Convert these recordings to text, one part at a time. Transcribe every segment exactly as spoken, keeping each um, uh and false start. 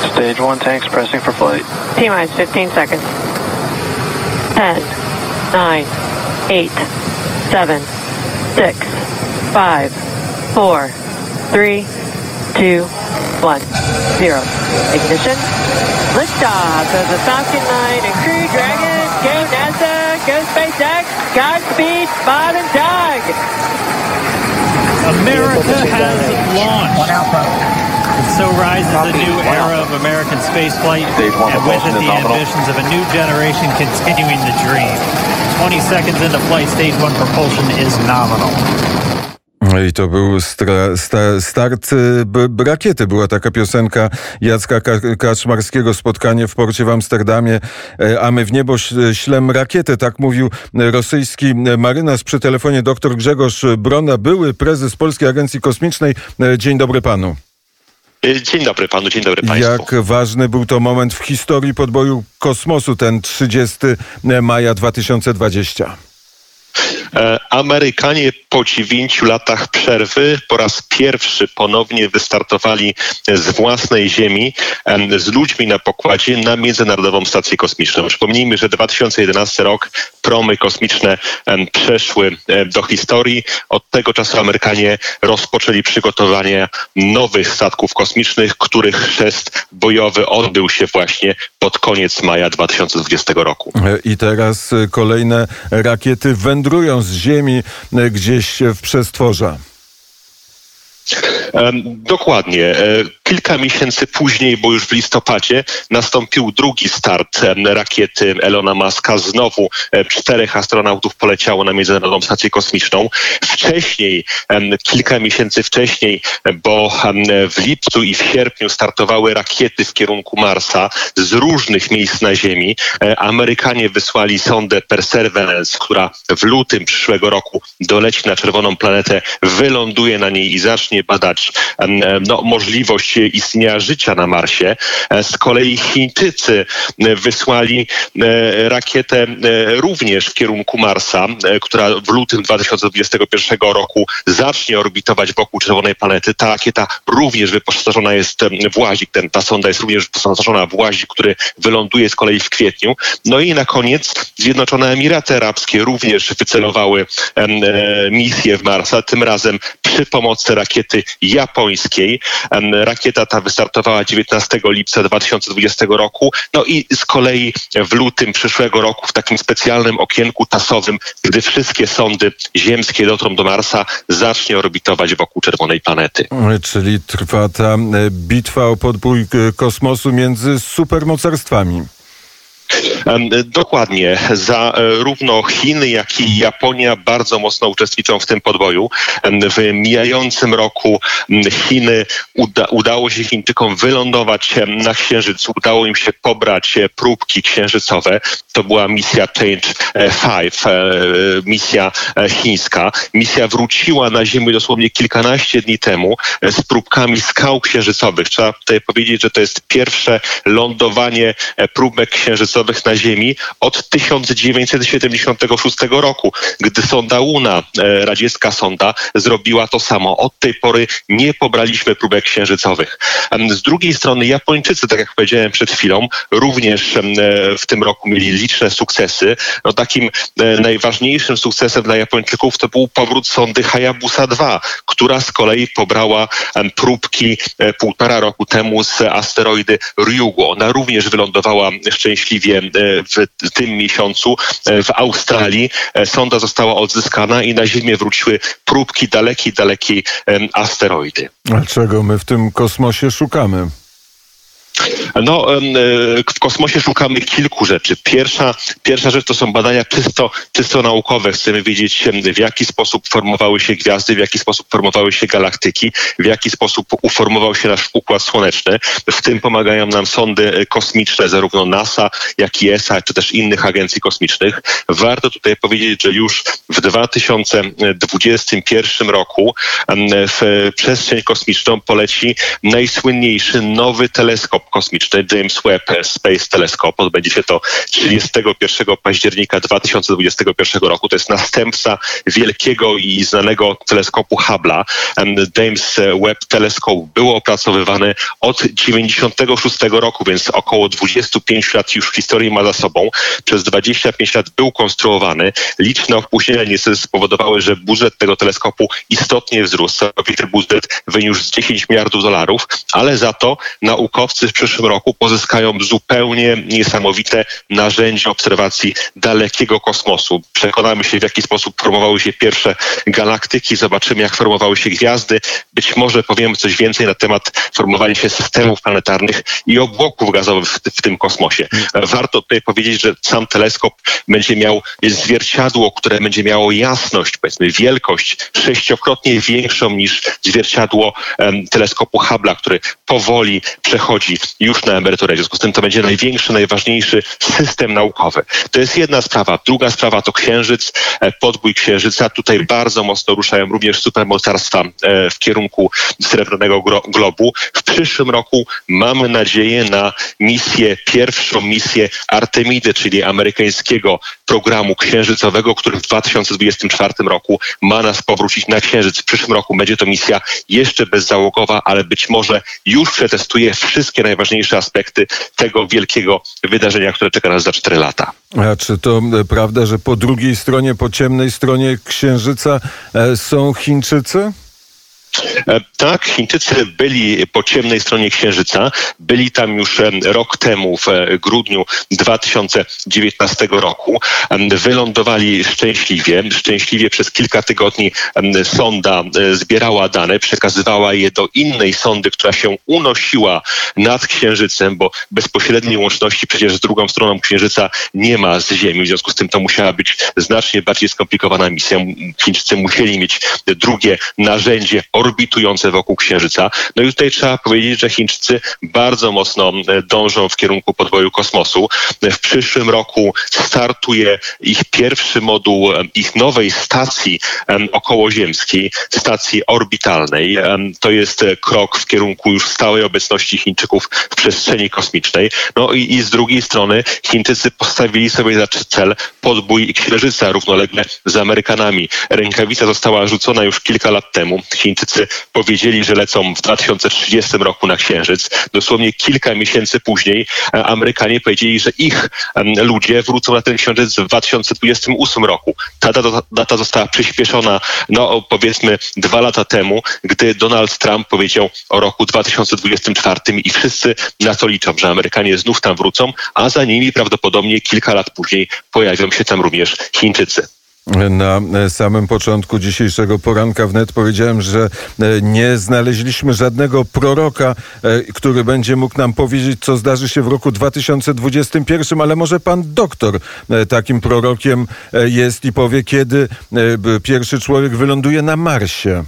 Stage one tanks pressing for flight. T-minus fifteen seconds. ten, nine, eight, seven, six, five, four, three, two, one, zero. Ignition. Liftoff of the Falcon nine and Crew Dragon. Go NASA, go SpaceX, Godspeed, Bob and Doug. America has launched. And so rises a new era of American spaceflight, and with it the ambitions of a new generation continuing the dream. twenty seconds into flight, stage one propulsion is nominal. I to był stra, sta, start b, b, rakiety. Była taka piosenka Jacka Kaczmarskiego, spotkanie w porcie w Amsterdamie, a my w niebo ślem rakietę. Tak mówił rosyjski marynarz. Przy telefonie dr Grzegorz Brona, były prezes Polskiej Agencji Kosmicznej. Dzień dobry panu. Dzień dobry panu, dzień dobry państwu. Jak ważny był to moment w historii podboju kosmosu, ten trzydziestego maja dwa tysiące dwudziestego? Amerykanie po dziewięciu latach przerwy po raz pierwszy ponownie wystartowali z własnej ziemi, z ludźmi na pokładzie, na Międzynarodową Stację Kosmiczną. Przypomnijmy, że dwa tysiące jedenasty rok, promy kosmiczne przeszły do historii. Od tego czasu Amerykanie rozpoczęli przygotowanie nowych statków kosmicznych, których chrzest bojowy odbył się właśnie pod koniec maja dwa tysiące dwudziestego roku. I teraz kolejne rakiety wędrują z Ziemi gdzieś w przestworza. Dokładnie. Kilka miesięcy później, bo już w listopadzie, nastąpił drugi start rakiety Elona Muska. Znowu czterech astronautów poleciało na Międzynarodową Stację Kosmiczną. Wcześniej, kilka miesięcy wcześniej, bo w lipcu i w sierpniu startowały rakiety w kierunku Marsa z różnych miejsc na Ziemi. Amerykanie wysłali sondę Perseverance, która w lutym przyszłego roku doleci na czerwoną planetę, wyląduje na niej i zacznie badać no, możliwość istnienia życia na Marsie. Z kolei Chińczycy wysłali rakietę również w kierunku Marsa, która w lutym dwa tysiące dwudziestego pierwszego roku zacznie orbitować wokół czerwonej planety. Ta rakieta również wyposażona jest w łazik. Ten, ta sonda jest również wyposażona w łazik, który wyląduje z kolei w kwietniu. No i na koniec Zjednoczone Emiraty Arabskie również wycelowały misję w Marsa, tym razem przy pomocy rakiety japońskiej. Rakieta ta wystartowała dziewiętnastego lipca dwa tysiące dwudziestego roku. No i z kolei w lutym przyszłego roku w takim specjalnym okienku czasowym, gdy wszystkie sondy ziemskie dotrą do Marsa, zacznie orbitować wokół czerwonej planety. Czyli trwa ta bitwa o podbój kosmosu między supermocarstwami. Dokładnie. Zarówno Chiny, jak i Japonia bardzo mocno uczestniczą w tym podboju. W mijającym roku Chiny uda, udało się Chińczykom wylądować na Księżycu. Udało im się pobrać próbki księżycowe. To była misja Change pięć, misja chińska. Misja wróciła na Ziemię dosłownie kilkanaście dni temu z próbkami skał księżycowych. Trzeba tutaj powiedzieć, że to jest pierwsze lądowanie próbek księżycowych na Ziemi od tysiąc dziewięćset siedemdziesiątego szóstego roku, gdy sonda Luna, radziecka sonda, zrobiła to samo. Od tej pory nie pobraliśmy próbek księżycowych. Z drugiej strony Japończycy, tak jak powiedziałem przed chwilą, również w tym roku mieli liczne sukcesy. No, takim najważniejszym sukcesem dla Japończyków to był powrót sondy Hayabusa dwa, która z kolei pobrała próbki półtora roku temu z asteroidy Ryugu. Ona również wylądowała szczęśliwie w tym miesiącu w Australii. Sonda została odzyskana i na Ziemię wróciły próbki dalekiej, dalekiej asteroidy. A czego my w tym kosmosie szukamy? No, w kosmosie szukamy kilku rzeczy. Pierwsza, pierwsza rzecz to są badania czysto, czysto naukowe. Chcemy wiedzieć, w jaki sposób formowały się gwiazdy, w jaki sposób formowały się galaktyki, w jaki sposób uformował się nasz Układ Słoneczny. W tym pomagają nam sondy kosmiczne, zarówno NASA, jak i E S A, czy też innych agencji kosmicznych. Warto tutaj powiedzieć, że już w dwa tysiące dwudziestym pierwszym roku w przestrzeń kosmiczną poleci najsłynniejszy nowy teleskop kosmiczny. kosmiczny James Webb Space Telescope. Odbędzie się to trzydziestego pierwszego października dwa tysiące dwudziestego pierwszego roku. To jest następca wielkiego i znanego teleskopu Hubble'a. James Webb Telescope był opracowywany od dziewięćdziesiątego szóstego roku, więc około dwadzieścia pięć lat już w historii ma za sobą. Przez dwadzieścia pięć lat był konstruowany. Liczne opóźnienia niestety spowodowały, że budżet tego teleskopu istotnie wzrósł. Całkowity budżet wyniósł dziesięć miliardów dolarów, ale za to naukowcy w przyszłym roku pozyskają zupełnie niesamowite narzędzia obserwacji dalekiego kosmosu. Przekonamy się, w jaki sposób formowały się pierwsze galaktyki, zobaczymy, jak formowały się gwiazdy. Być może powiemy coś więcej na temat formowania się systemów planetarnych i obłoków gazowych w, w tym kosmosie. Warto tutaj powiedzieć, że sam teleskop będzie miał zwierciadło, które będzie miało jasność, powiedzmy wielkość sześciokrotnie większą niż zwierciadło um, teleskopu Hubble'a, który powoli przechodzi już na emeryturę. W związku z tym to będzie największy, najważniejszy system naukowy. To jest jedna sprawa. Druga sprawa to Księżyc, podbój Księżyca. Tutaj bardzo mocno ruszają również supermocarstwa w kierunku Srebrnego Globu. W przyszłym roku mamy nadzieję na misję, pierwszą misję Artemidy, czyli amerykańskiego programu księżycowego, który w dwa tysiące dwudziestym czwartym roku ma nas powrócić na Księżyc. W przyszłym roku będzie to misja jeszcze bezzałogowa, ale być może już przetestuje wszystkie najważniejsze aspekty tego wielkiego wydarzenia, które czeka nas za cztery lata. A czy to prawda, że po drugiej stronie, po ciemnej stronie Księżyca e, są Chińczycy? Tak, Chińczycy byli po ciemnej stronie Księżyca. Byli tam już rok temu, w grudniu dwa tysiące dziewiętnastego roku. Wylądowali szczęśliwie. Szczęśliwie przez kilka tygodni sonda zbierała dane, przekazywała je do innej sondy, która się unosiła nad Księżycem, bo bezpośredniej łączności przecież z drugą stroną Księżyca nie ma z Ziemi. W związku z tym to musiała być znacznie bardziej skomplikowana misja. Chińczycy musieli mieć drugie narzędzie orbitujące wokół Księżyca. No i tutaj trzeba powiedzieć, że Chińczycy bardzo mocno dążą w kierunku podboju kosmosu. W przyszłym roku startuje ich pierwszy moduł ich nowej stacji okołoziemskiej, stacji orbitalnej. To jest krok w kierunku już stałej obecności Chińczyków w przestrzeni kosmicznej. No i, i z drugiej strony Chińczycy postawili sobie za cel podbój Księżyca równolegle z Amerykanami. Rękawica została rzucona już kilka lat temu. Chińczycy powiedzieli, że lecą w dwa tysiące trzydziestym roku na Księżyc. Dosłownie kilka miesięcy później Amerykanie powiedzieli, że ich ludzie wrócą na ten Księżyc w dwa tysiące dwudziestym ósmym roku. Ta data, data została przyspieszona, no powiedzmy dwa lata temu, gdy Donald Trump powiedział o roku dwa tysiące dwudziestym czwartym i wszyscy na to liczą, że Amerykanie znów tam wrócą, a za nimi prawdopodobnie kilka lat później pojawią się tam również Chińczycy. Na samym początku dzisiejszego poranka wnet powiedziałem, że nie znaleźliśmy żadnego proroka, który będzie mógł nam powiedzieć, co zdarzy się w roku dwa tysiące dwudziestym pierwszym, ale może pan doktor takim prorokiem jest i powie, kiedy pierwszy człowiek wyląduje na Marsie.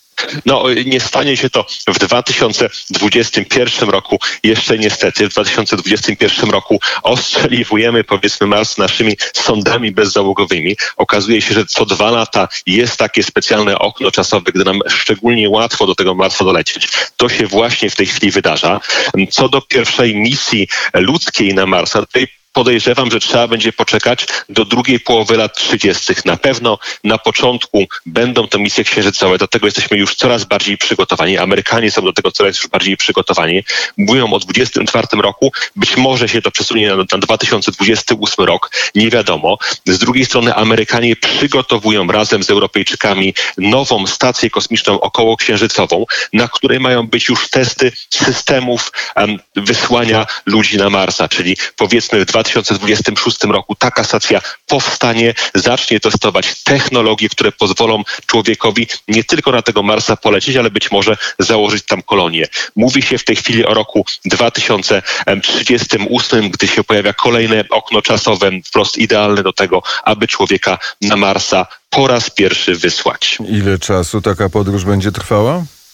No, nie stanie się to w dwa tysiące dwudziestym pierwszym roku. Jeszcze niestety w dwa tysiące dwudziestym pierwszym roku ostrzeliwujemy, powiedzmy, Mars naszymi sondami bezzałogowymi. Okazuje się, że co dwa lata jest takie specjalne okno czasowe, gdy nam szczególnie łatwo do tego Marsa dolecieć. To się właśnie w tej chwili wydarza. Co do pierwszej misji ludzkiej na Marsa, tutaj podejrzewam, że trzeba będzie poczekać do drugiej połowy lat trzydziestych. Na pewno na początku będą to misje księżycowe. Do tego jesteśmy już coraz bardziej przygotowani. Amerykanie są do tego coraz już bardziej przygotowani. Mówią o dwudziestym czwartym roku. Być może się to przesunie na, na dwa tysiące dwudziesty ósmy rok. Nie wiadomo. Z drugiej strony Amerykanie przygotowują razem z Europejczykami nową stację kosmiczną okołoksiężycową, na której mają być już testy systemów um, wysłania ludzi na Marsa. Czyli powiedzmy w dwa tysiące dwudziestym szóstym roku taka stacja powstanie, zacznie testować technologie, które pozwolą człowiekowi nie tylko na tego Marsa polecieć, ale być może założyć tam kolonię. Mówi się w tej chwili o roku dwa tysiące trzydziestym ósmym, gdy się pojawia kolejne okno czasowe, wprost idealne do tego, aby człowieka na Marsa po raz pierwszy wysłać. Ile czasu taka podróż będzie trwała?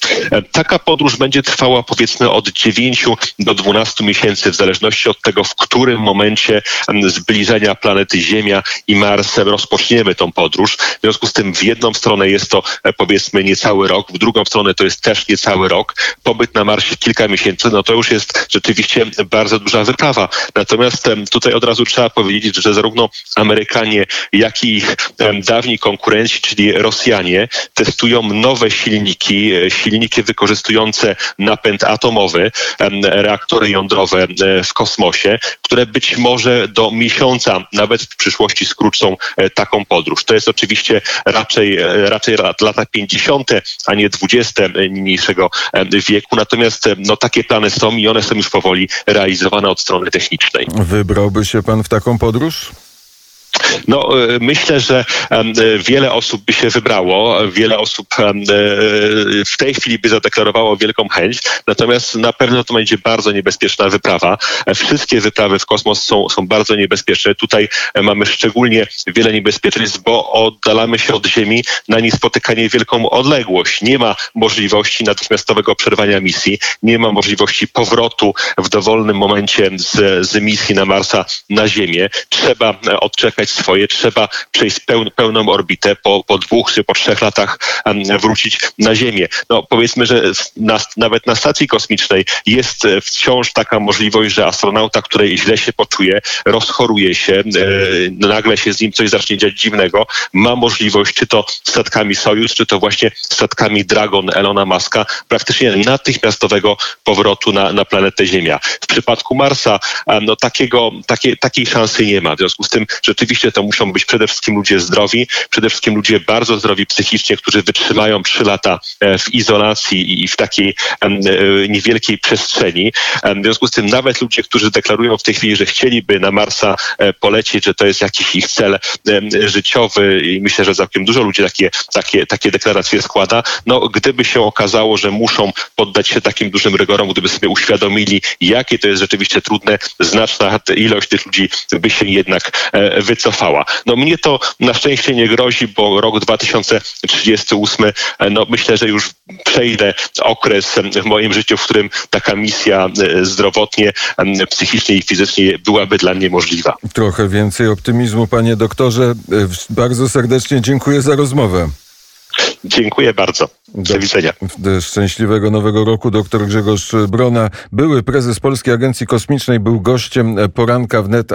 Taka podróż będzie trwała powiedzmy od dziewięciu do dwunastu miesięcy, w zależności od tego, w którym momencie zbliżenia planety Ziemia i Mars rozpoczniemy tą podróż. W związku z tym w jedną stronę jest to powiedzmy niecały rok, w drugą stronę to jest też niecały rok. Pobyt na Marsie kilka miesięcy, no to już jest rzeczywiście bardzo duża wyprawa. Natomiast tutaj od razu trzeba powiedzieć, że zarówno Amerykanie, jak i ich dawni konkurenci, czyli Rosjanie, testują nowe silniki, silniki wykorzystujące napęd atomowy, reaktory jądrowe w kosmosie, które być może do miesiąca, nawet w przyszłości skrócą taką podróż. To jest oczywiście raczej, raczej lata pięćdziesiąte, a nie dwudzieste niniejszego wieku. Natomiast no, takie plany są i one są już powoli realizowane od strony technicznej. Wybrałby się pan w taką podróż? No, myślę, że wiele osób by się wybrało, wiele osób w tej chwili by zadeklarowało wielką chęć, natomiast na pewno to będzie bardzo niebezpieczna wyprawa. Wszystkie wyprawy w kosmos są, są bardzo niebezpieczne. Tutaj mamy szczególnie wiele niebezpieczeństw, bo oddalamy się od Ziemi na niespotykanie wielką odległość. Nie ma możliwości natychmiastowego przerwania misji, nie ma możliwości powrotu w dowolnym momencie z, z misji na Marsa na Ziemię. Trzeba odczekać swoje, trzeba przejść peł, pełną orbitę, po, po dwóch czy po trzech latach um, wrócić na Ziemię. No powiedzmy, że na, nawet na stacji kosmicznej jest wciąż taka możliwość, że astronauta, który źle się poczuje, rozchoruje się, e, nagle się z nim coś zacznie dziać dziwnego, ma możliwość, czy to statkami Sojus, czy to właśnie statkami Dragon Elona Muska, praktycznie natychmiastowego powrotu na, na planetę Ziemia. W przypadku Marsa no, takiego, takie, takiej szansy nie ma. W związku z tym rzeczywiście to muszą być przede wszystkim ludzie zdrowi, przede wszystkim ludzie bardzo zdrowi psychicznie, którzy wytrzymają trzy lata w izolacji i w takiej niewielkiej przestrzeni. W związku z tym nawet ludzie, którzy deklarują w tej chwili, że chcieliby na Marsa polecieć, że to jest jakiś ich cel życiowy i myślę, że całkiem dużo ludzi takie, takie, takie deklaracje składa, no gdyby się okazało, że muszą poddać się takim dużym rygorom, gdyby sobie uświadomili, jakie to jest rzeczywiście trudne, znaczna ilość tych ludzi by się jednak wycofała. No mnie to na szczęście nie grozi, bo rok dwa tysiące trzydziesty ósmy, no myślę, że już przejdę okres w moim życiu, w którym taka misja zdrowotnie, psychicznie i fizycznie byłaby dla mnie możliwa. Trochę więcej optymizmu, panie doktorze. Bardzo serdecznie dziękuję za rozmowę. Dziękuję bardzo. Do widzenia. Szczęśliwego nowego roku. Doktor Grzegorz Brona, były prezes Polskiej Agencji Kosmicznej, był gościem poranka wnet.